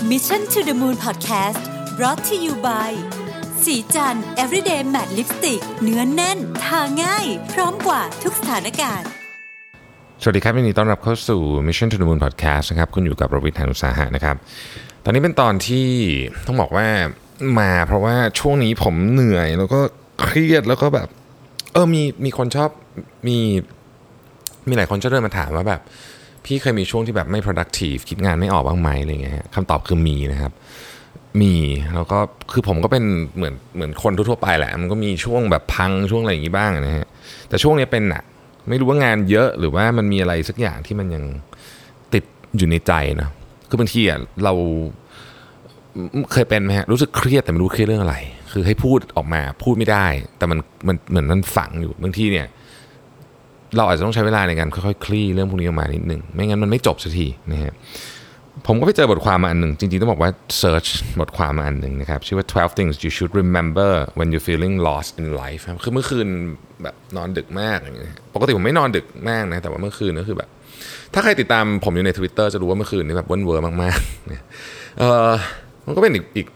Mission to the Moon Podcast brought to you by สีจัน Everyday Matte Lipstick เนื้อนแน่นทาง่ายพร้อมกว่าทุกสถานการณ์สวัสดีครับยินดีต้อนรับเข้าสู่ Mission to the Moon Podcast นะครับคุณอยู่กับรวิทย์ หาญอุตสาหะนะครับตอนนี้เป็นตอนที่ต้องบอกว่ามาเพราะว่าช่วงนี้ผมเหนื่อยแล้วก็เครียดแล้วก็แบบมีคนชอบมีหลายคนชอบเดินมาถามว่าแบบพี่เคยมีช่วงที่แบบไม่ productive คิดงานไม่ออกบ้างไหมอะไรเงี้ยคำตอบคือมีนะครับมีแล้วก็คือผมก็เป็นเหมือนคนทั่วๆไปแหละมันก็มีช่วงแบบพังช่วงอะไรอย่างงี้บ้างนะฮะแต่ช่วงนี้เป็นหนักไม่รู้ว่างานเยอะหรือว่ามันมีอะไรสักอย่างที่มันยังติดอยู่ในใจนะคือบางทีอ่ะเราเคยเป็นไหมฮะรู้สึกเครียดแต่ไม่รู้เครียดเรื่องอะไรคือให้พูดออกมาพูดไม่ได้แต่มันเหมือนมันฝังอยู่บางทีเนี่ยเราอาจจะต้องใช้เวลาในการค่อยๆคลี่เรื่องพวกนี้ออกมานิดนึงไม่งั้นมันไม่จบสักทีนะฮะผมก็ไปเจอบทความมาอันหนึ่งจริงๆต้องบอกว่า search บทความมาอันหนึ่งนะครับชื่อว่า 12 things you should remember when you're feeling lost in life คือเมื่อคืนแบบนอนดึกมากอย่างเงี้ยปกติผมไม่นอนดึกมากนะแต่ว่าเมื่อคืนก็คือแบบถ้าใครติดตามผมอยู่ใน Twitter จะรู้ว่าเมื่อคืนนี้แบบเว่นเวอร์มากๆเนี่ยมันก็เป็น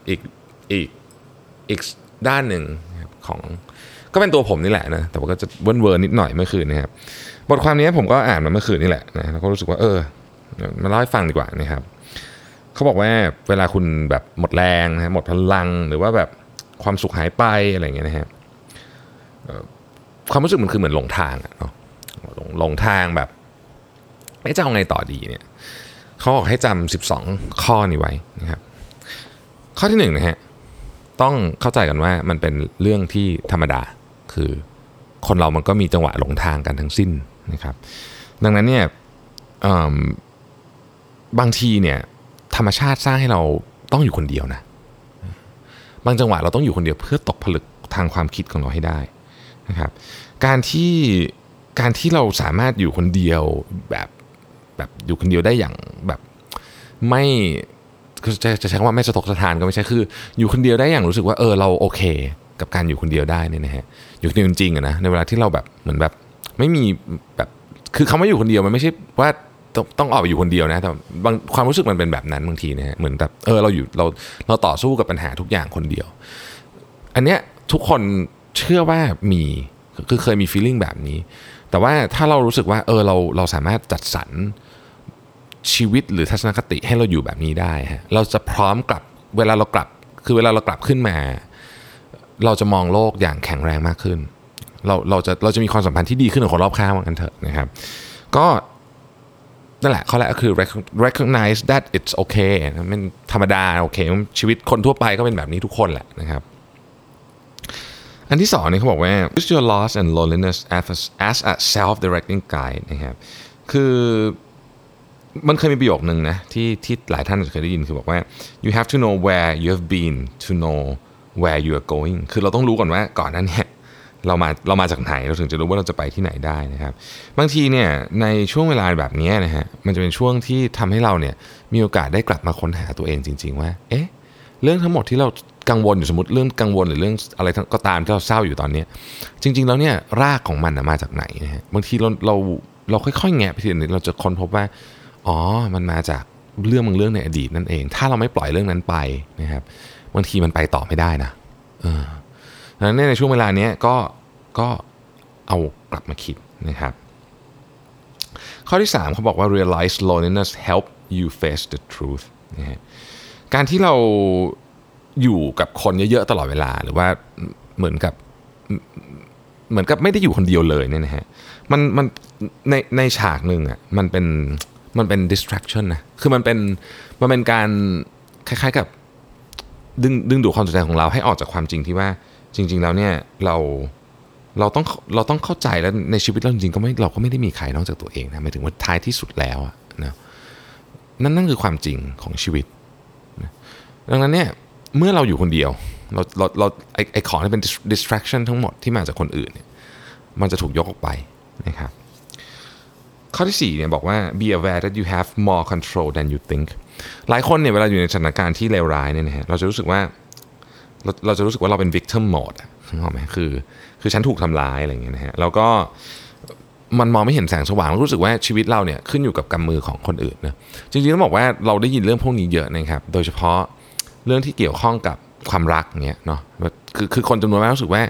อีกด้านหนึ่งของก็เป็นตัวผมนี่แหละนะแต่ว่าก็จะเว่นเวอร์นิดหน่อยเมื่อคืนนะครับบทความนี้ผมก็อ่านมาเมื่อคืนนี่แหละนะแล้วก็รู้สึกว่ามาเล่าให้ฟังดีกว่านะครับเขาบอกว่าเวลาคุณแบบหมดแรงนะหมดพลังหรือว่าแบบความสุขหายไปอะไรอย่างเงี้ยนะฮะความรู้สึกมันคือเหมือนหลงทางอะเนาะหลงทางแบบจะเอาไงต่อดีเนี่ยเขาบอกให้จำ12ข้อนี้ไว้นะครับข้อที่1นะฮะต้องเข้าใจกันว่ามันเป็นเรื่องที่ธรรมดาคือคนเรามันก็มีจังหวะหลงทางกันทั้งสิ้นนะครับดังนั้นเนี่ยบางทีเนี่ยธรรมชาติสร้างให้เราต้องอยู่คนเดียวนะบางจังหวะเราต้องอยู่คนเดียวเพื่อตกผลึกทางความคิดของเราให้ได้นะครับการที่เราสามารถอยู่คนเดียวแบบอยู่คนเดียวได้อย่างแบบไม่จะใช้คำว่าไม่สะทกสะท้านก็ไม่ใช่คืออยู่คนเดียวได้อย่างรู้สึกว่าเราโอเคกับการอยู่คนเดียวได้เนี่ยนะฮะอยู่คนเดียวจริงๆนะในเวลาที่เราแบบเหมือนแบบไม่มีแบบคือคำว่าอยู่คนเดียวมันไม่ใช่ว่าต้องออกไปอยู่คนเดียวนะแต่บางความรู้สึกมันเป็นแบบนั้นบางทีนะฮะเหมือนแบบเราต่อสู้กับปัญหาทุกอย่างคนเดียวอันเนี้ยทุกคนเชื่อว่ามีคือเคยมี feeling แบบนี้แต่ว่าถ้าเรารู้สึกว่าเราสามารถจัดสรรชีวิตหรือทัศนคติให้เราอยู่แบบนี้ได้ฮะเราจะพร้อมกลับเวลาเรากลับขึ้นมาเราจะมองโลกอย่างแข็งแรงมากขึ้นเราจะมีความสัมพันธ์ที่ดีขึ้นกับคนรอบข้างว่างั้นเถอะนะครับก็นั่นแหละข้อแรกก็คือ recognize that it's okay มันธรรมดาโอเคชีวิตคนทั่วไปก็เป็นแบบนี้ทุกคนแหละนะครับอันที่สองนี่เขาบอกว่า use your loss and loneliness as a self-directing guide นะครับคือมันเคยมีประโยคนึงนะที่หลายท่านเคยได้ยินคือบอกว่า you have to know where you have been to know where you are going คือเราต้องรู้ก่อนว่าก่อนนั้นเนี่ยเรามาจากไหนเราถึงจะรู้ว่าเราจะไปที่ไหนได้นะครับบางทีเนี่ยในช่วงเวลาแบบนี้นะฮะมันจะเป็นช่วงที่ทำให้เราเนี่ยมีโอกาสได้กลับมาค้นหาตัวเองจริงๆว่าเรื่องทั้งหมดที่เรากังวลอยู่สมมติเรื่องกังวลหรือเรื่องอะไรก็ตามที่เราเศร้าอยู่ตอนนี้จริงๆแล้วเนี่ยรากของมันมาจากไหนนะฮะบางทีเราค่อยๆแงะไปทีละนิดเราจะค้นพบว่ามันมาจากเรื่องในอดีตนั่นเองถ้าเราไม่ปล่อยเรื่องนั้นไปนะครับบางทีมันไปต่อไม่ได้นะดังนั้นในช่วงเวลานี้ก็เอากลับมาคิดนะครับข้อที่3เขาบอกว่า realize loneliness help you face the truth นะฮะการที่เราอยู่กับคนเยอะๆตลอดเวลาหรือว่าเหมือนกับไม่ได้อยู่คนเดียวเลยเนี่ยนะฮะมันในฉากนึงอ่ะมันเป็น distraction นะคือมันเป็นการคล้ายๆกับดึงดูดความสนใจของเราให้ออกจากความจริงที่ว่าจริงๆแล้วเนี่ยเราต้องเข้าใจแล้วในชีวิตเราจริงๆเราก็ไม่ได้มีใครนอกจากตัวเองนะหมายถึงว่าท้ายที่สุดแล้วนะนั่นคือความจริงของชีวิตนะดังนั้นเนี่ยเมื่อเราอยู่คนเดียวเราไอ้ของที่เป็น distraction ทั้งหมดที่มาจากคนอื่นเนี่ยมันจะถูกยกออกไปนะครับข้อที่4เนี่ยบอกว่า be aware that you have more control than you think หลายคนเนี่ยเวลาอยู่ในสถานการณ์ที่เลวร้ายเนี่ยนะฮะเราจะรู้สึกว่าเราเป็น victim mode เข้าใจไหมคือฉันถูกทำร้ายอะไรอย่างเงี้ยนะฮะแล้วก็มันมองไม่เห็นแสงสว่างแล้วรู้สึกว่าชีวิตเราเนี่ยขึ้นอยู่กับกำมือของคนอื่นนะจริงๆต้องบอกว่าเราได้ยินเรื่องพวกนี้เยอะนะครับโดยเฉพาะเรื่องที่เกี่ยวข้องกับความรักเนี่ยเนาะคือคนจำนวนมากรู้สึกว่า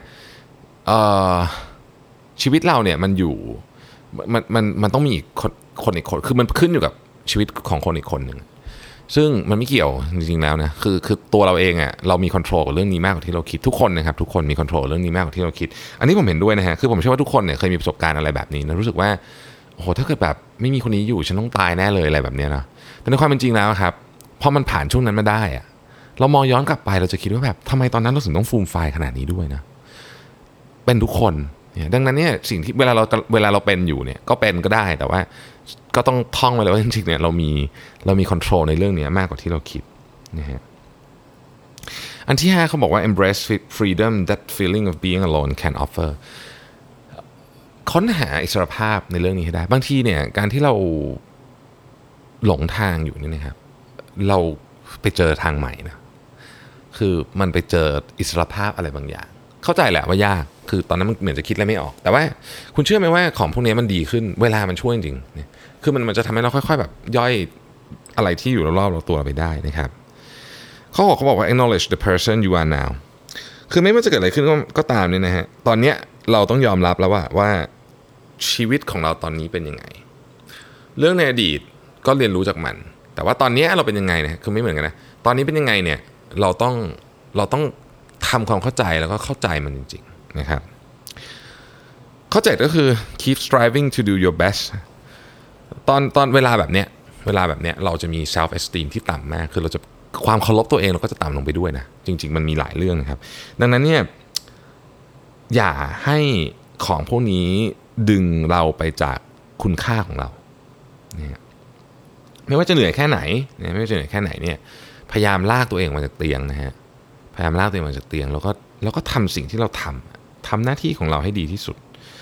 ชีวิตเราเนี่ยมันอยู่มันต้องมีคนอีกคนคือมันขึ้นอยู่กับชีวิตของคนอีกคนหนึ่งซึ่งมันไม่เกี่ยวจริงๆแล้วนะคือตัวเราเองอ่ะเรามีคอนโทรลกับเรื่องนี้มากกว่าที่เราคิดทุกคนนะครับทุกคนมีคอนโทรลเรื่องนี้มากกว่าที่เราคิดอันนี้ผมเห็นด้วยนะฮะคือผมเชื่อว่าทุกคนเนี่ยเคยมีประสบการณ์อะไรแบบนี้นะรู้สึกว่าโอ้โหถ้าเกิดแบบไม่มีคนนี้อยู่ฉันต้องตายแน่เลยอะไรแบบนี้นะแต่ในความเป็นจริงแล้วครับพอมันผ่านช่วงนั้นมาได้อ่ะเรามองย้อนกลับไปเราจะคิดว่าแบบทำไมตอนนั้นเราถึงต้องฟูมไฟขนาดนี้ด้วยนะเป็นทุกคนดังนั้นเนี่ยสิ่งที่เวลาเราเป็นอยู่เนี่ยก็เป็นก็ได้แต่ว่าก็ต้องท่องไว้เลยว่าจริงๆเนี่ยเรามีคอนโทรลในเรื่องนี้มากกว่าที่เราคิดนะฮะอันที่ 5เขาบอกว่า embrace freedom that feeling of being alone can offer ค้นหาอิสรภาพในเรื่องนี้ให้ได้บางทีเนี่ยการที่เราหลงทางอยู่นี่นะครับเราไปเจอทางใหม่นะคือมันไปเจออิสรภาพอะไรบางอย่างเข้าใจแหละว่ายากคือตอนนั้นมันเหมือนจะคิดอะไรไม่ออกแต่ว่าคุณเชื่อไหมว่าของพวกนี้มันดีขึ้นเวลามันช่วยจริงๆคือมันจะทำให้เราค่อยๆแบบย่อยอะไรที่อยู่รอบๆเราตัวเราไปได้นะครับเขาบอกว่า acknowledge the person you are now คือไม่ว่าจะเกิดอะไรขึ้นก็ตามเนี่ยนะฮะตอนเนี้ยเราต้องยอมรับแล้วว่าชีวิตของเราตอนนี้เป็นยังไงเรื่องในอดีตก็เรียนรู้จากมันแต่ว่าตอนนี้เราเป็นยังไงนะคือไม่เหมือนกันนะตอนนี้เป็นยังไงเนี่ยเราต้องทำความเข้าใจแล้วก็เข้าใจมันจริงๆนะครับข้อ 7ก็คือ keep striving to do your best ตอนเวลาแบบเนี้ยเราจะมี self esteem ที่ต่ำมากคือเราจะความเคารพตัวเองเราก็จะต่ำลงไปด้วยนะจริงๆมันมีหลายเรื่องนะครับดังนั้นเนี่ยอย่าให้ของพวกนี้ดึงเราไปจากคุณค่าของเราเนี่ยไม่ว่าจะเหนื่อยแค่ไหนเนี่ยพยายามลากตัวเองมาจากเตียงนะฮะพยายามลากตัวเองมาจากเตียงแล้วก็ทำสิ่งที่เราทำหน้าที่ของเราให้ดีที่สุด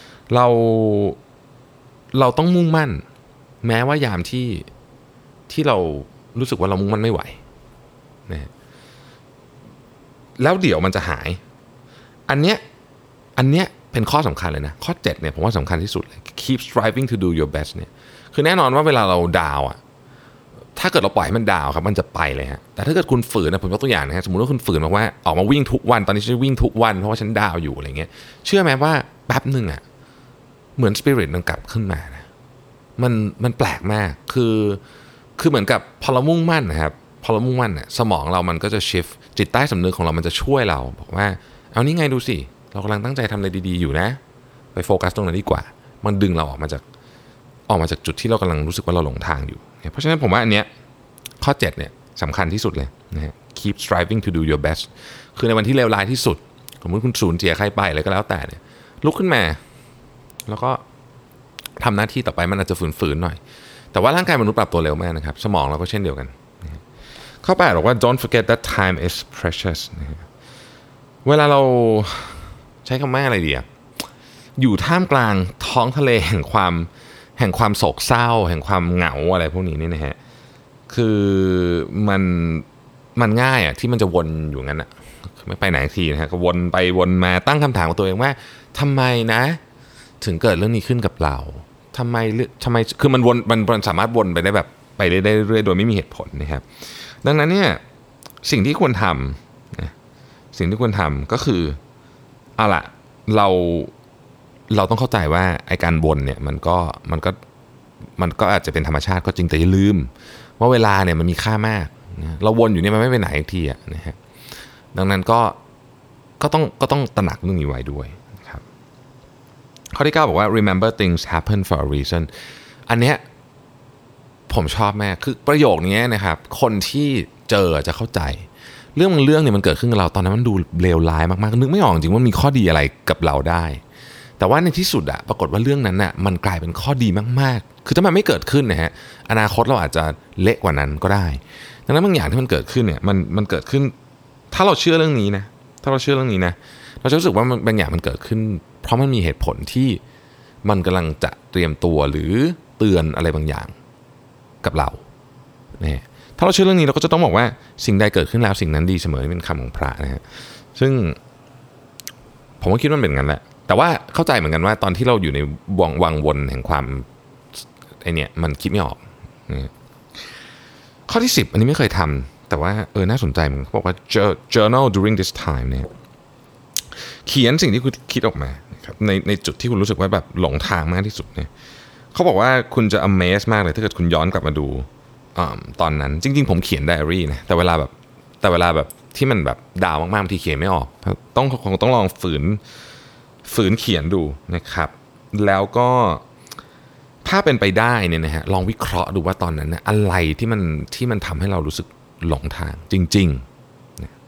เราต้องมุ่งมั่นแม้ว่ายามที่เรารู้สึกว่าเรามุ่งมั่นไม่ไหวนะแล้วเดี๋ยวมันจะหายอันเนี้ยเป็นข้อสำคัญเลยนะข้อ7เนี่ยผมว่าสำคัญที่สุดเลย keep striving to do your best เนี่ยคือแน่นอนว่าเวลาเราดาวอ่ะถ้าเกิดเราปล่อยให้มันดาวครับมันจะไปเลยฮะแต่ถ้าเกิดคุณฝืนนะผมยกตัวอย่างนะฮะสมมติว่าคุณฝืนบอกว่าออกมาวิ่งทุกวันตอนนี้ฉันวิ่งทุกวันเพราะว่าฉันดาวอยู่อะไรเงี้ยเชื่อไหมว่าแป๊บนึงอ่ะเหมือนสปิริตมันกลับขึ้นมานะมันแปลกมากคือเหมือนกับพอเรามุ่งมั่นนะครับพอเรามุ่งมั่นเนี่ยสมองเรามันก็จะชิฟจิตใต้สำนึกของเรามันจะช่วยเราบอกว่าเอานี่ไงดูสิเรากำลังตั้งใจทำอะไรดีๆอยู่นะไปโฟกัสตรงนั้นดีกว่ามันดึงเราออกมาจากจุดที่เรากำลังรู้สึกว่าเราหลงทางอยู่เพราะฉะนั้นผมว่าอันเนี้ยข้อ7เนี่ยสำคัญที่สุดเลยนะฮะ keep striving to do your best คือในวันที่เลวร้ายที่สุดสมมติคุณสูญเสียใครไปอะไรก็แล้วแต่เนี่ยลุกขึ้นมาแล้วก็ทำหน้าที่ต่อไปมันอาจจะฝืนๆหน่อยแต่ว่าร่างกายมนุษย์ปรับตัวเร็วมากนะครับสมองเราก็เช่นเดียวกันข้อ8บอกว่า don't forget that time is precious นะฮะเวลาเราใช้คำว่าอะไรดีอะอยู่ท่ามกลางท้องทะเลแห่งความโศกเศร้าแห่งความเหงาอะไรพวกนี้นี่นะฮะคือมันง่ายอ่ะที่มันจะวนอยู่งั้นอ่ะไม่ไปไหนทีนะฮะก็วนไปวนมาตั้งคำถามกับตัวเองว่าทำไมนะถึงเกิดเรื่องนี้ขึ้นกับเราทำไมคือมันสามารถวนไปได้แบบไปได้เรื่อยๆโดยไม่มีเหตุผลนะครับดังนั้นเนี่ยสิ่งที่ควรทำก็คือเอาล่ะเราต้องเข้าใจว่าไอ้การวนเนี่ยมันก็อาจจะเป็นธรรมชาติก็จริงแต่อย่าลืมว่าเวลาเนี่ยมันมีค่ามากนะเราวนอยู่เนี่ยมันไม่ไปไหนทีอ่ะนะฮะดังนั้นก็ต้องตระหนักเรื่องนี้ไว้ด้วยครับข้อที่ 9บอกว่า remember things happen for a reason อันเนี้ยผมชอบมากคือประโยคนี้นะครับคนที่เจอจะเข้าใจเรื่องเนี่ยมันเกิดขึ้นกับเราตอนนั้นมันดูเลวร้ายมากๆนึกไม่ออกจริงว่ามีข้อดีอะไรกับเราได้แต่ว่าในที่สุดอะปรากฏว่าเรื่องนั้นอะมันกลายเป็นข้อดีมากๆคือถ้ามันไม่เกิดขึ้นนะฮะอนาคตเราอาจจะเละกว่านั้นก็ได้ดังนั้นบางอย่างที่มันเกิดขึ้นเนี่ยมันเกิดขึ้นถ้าเราเชื่อเรื่องนี้นะเราจะรู้สึกว่าบางอย่างมันเกิดขึ้นเพราะมันมีเหตุผลที่มันกำลังจะเตรียมตัวหรือเตือนอะไรบางอย่างกับเราเนี่ยถ้าเราเชื่อเรื่องนี้เราก็จะต้องบอกว่าสิ่งใดเกิดขึ้นแล้วสิ่งนั้นดีเสมอนี่เป็นคำของพระนะฮะซึ่งผมก็คิดว่าเป็นงั้นแหละแต่ว่าเข้าใจเหมือนกันว่าตอนที่เราอยู่ในวังวนแห่งความไอเนี่ยมันคิดไม่ออกข้อที่10อันนี้ไม่เคยทำแต่ว่าน่าสนใจมันเขาบอกว่า journal during this time เนี่ยเขียนสิ่งที่คุณคิดออกมาครับในจุดที่คุณรู้สึกว่าแบบหลงทางมากที่สุดเนี่ยเขาบอกว่าคุณจะ amaze มากเลยถ้าเกิดคุณย้อนกลับมาดูตอนนั้นจริงๆผมเขียนไดอารี่นะแต่เวลาแบบที่มันแบบดาวมากๆบางทีเขียนไม่ออกต้องลองฝืนเขียนดูนะครับแล้วก็ถ้าเป็นไปได้เนี่ยนะฮะลองวิเคราะห์ดูว่าตอนนั้นเนี่ยอะไรที่มันทำให้เรารู้สึกหลงทางจริงๆนะ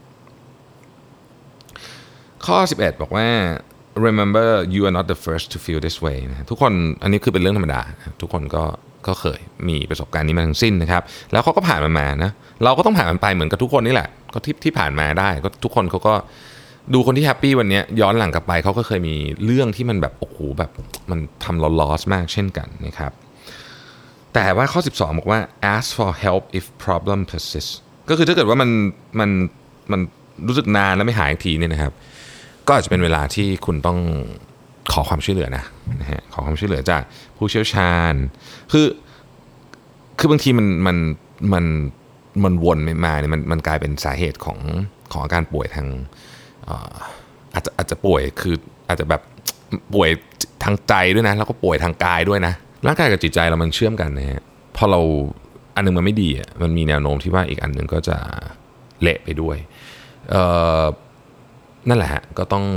ข้อ11บอกว่า remember you are not the first to feel this way นะทุกคนอันนี้คือเป็นเรื่องธรรมดาทุกคนก็เคยมีประสบการณ์นี้มาทั้งสิ้นนะครับแล้วเขาก็ผ่านมันมานะเราก็ต้องผ่านมันไปเหมือนกับทุกคนนี่แหละก็ที่ผ่านมาได้ก็ทุกคนเขาก็ดูคนที่แฮปปี้วันนี้ย้อนหลังกลับไปเขาก็เคยมีเรื่องที่มันแบบโอ้โหแบบมันทำเรา loss มากเช่นกันนะครับแต่ว่าข้อ12บอกว่า ask for help if problem persists ก็คือถ้าเกิดว่ามันรู้สึกนานแล้วไม่หายอีกทีเนี่ยนะครับก็อาจจะเป็นเวลาที่คุณต้องขอความช่วยเหลือนะฮะขอความช่วยเหลือจากผู้เชี่ยวชาญคือบางทีมันวนมาเนี่ยมันกลายเป็นสาเหตุของอาการป่วยทางอาจจะป่วยคืออาจจะแบบป่วยทางใจด้วยนะแล้วก็ป่วยทางกายด้วยนะร่างกายกับจิตใจเรามันเชื่อมกันนะฮะพอเราอันนึงมันไม่ดีมันมีแนวโน้มที่ว่าอีกอันนึงก็จะเละไปด้วยนั่นแหละฮะก็ต้อง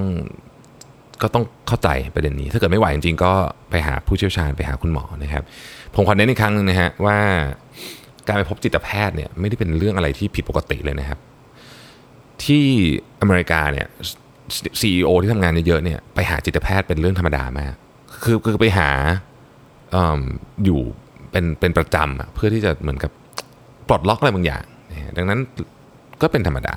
เข้าใจประเด็นนี้ถ้าเกิดไม่ไหวจริงๆก็ไปหาผู้เชี่ยวชาญไปหาคุณหมอนะครับผมขอเน้นอีกครั้งนึงนะฮะว่าการไปพบจิตแพทย์เนี่ยไม่ได้เป็นเรื่องอะไรที่ผิดปกติเลยนะครับที่อเมริกาเนี่ย CEO ที่ทำงานเยอะๆเนี่ยไปหาจิตแพทย์เป็นเรื่องธรรมดามากคือไปหาอยู่เป็นประจำเพื่อที่จะเหมือนกับปลดล็อกอะไรบางอย่างดังนั้นก็เป็นธรรมดา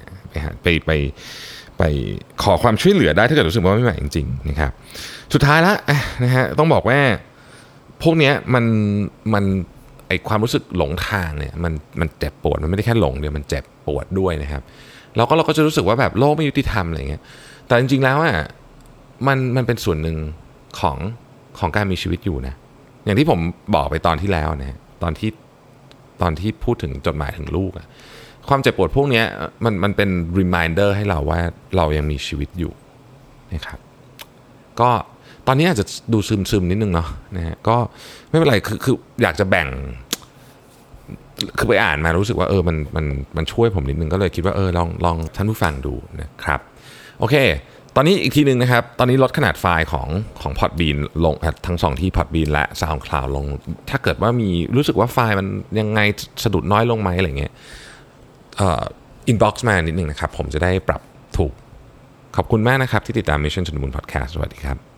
ไปขอความช่วยเหลือได้ถ้าเกิดรู้สึกว่าไม่ไหวจริงๆนะครับสุดท้ายแล้วนะฮะต้องบอกว่าพวกนี้มันไอความรู้สึกหลงทางเนี่ยมันเจ็บปวดมันไม่ได้แค่หลงเดียวมันเจ็บปวดด้วยนะครับแล้วเราก็จะรู้สึกว่าแบบโลกไม่ยุติธรรมอะไรเงี้ยแต่จริงๆแล้วมันเป็นส่วนหนึ่งของการมีชีวิตอยู่นะอย่างที่ผมบอกไปตอนที่แล้วนะตอนที่พูดถึงจดหมายถึงลูกความเจ็บปวดพวกนี้มันเป็น reminder ให้เราว่าเรายังมีชีวิตอยู่นะครับก็ตอนนี้อาจจะดูซึมๆนิดนึงเนาะนะฮะก็ไม่เป็นไรคืออยากจะแบ่งคือไปอ่านมารู้สึกว่ามันช่วยผมนิดนึงก็เลยคิดว่าลองท่านผู้ฟังดูนะครับโอเคตอนนี้อีกทีนึงนะครับตอนนี้ลดขนาดไฟล์ของ Podbean ลงทั้ง2ที่ Podbean และ SoundCloud ลงถ้าเกิดว่ามีรู้สึกว่าไฟล์มันยังไงสะดุดน้อยลงไหมอะไรเงี้ยinbox มานิดนึงนะครับผมจะได้ปรับถูกขอบคุณมากนะครับที่ติดตาม Mission to the Moon Podcast สวัสดีครับ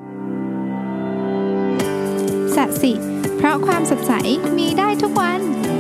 สัสิเพราะความสดใสมีได้ทุกวัน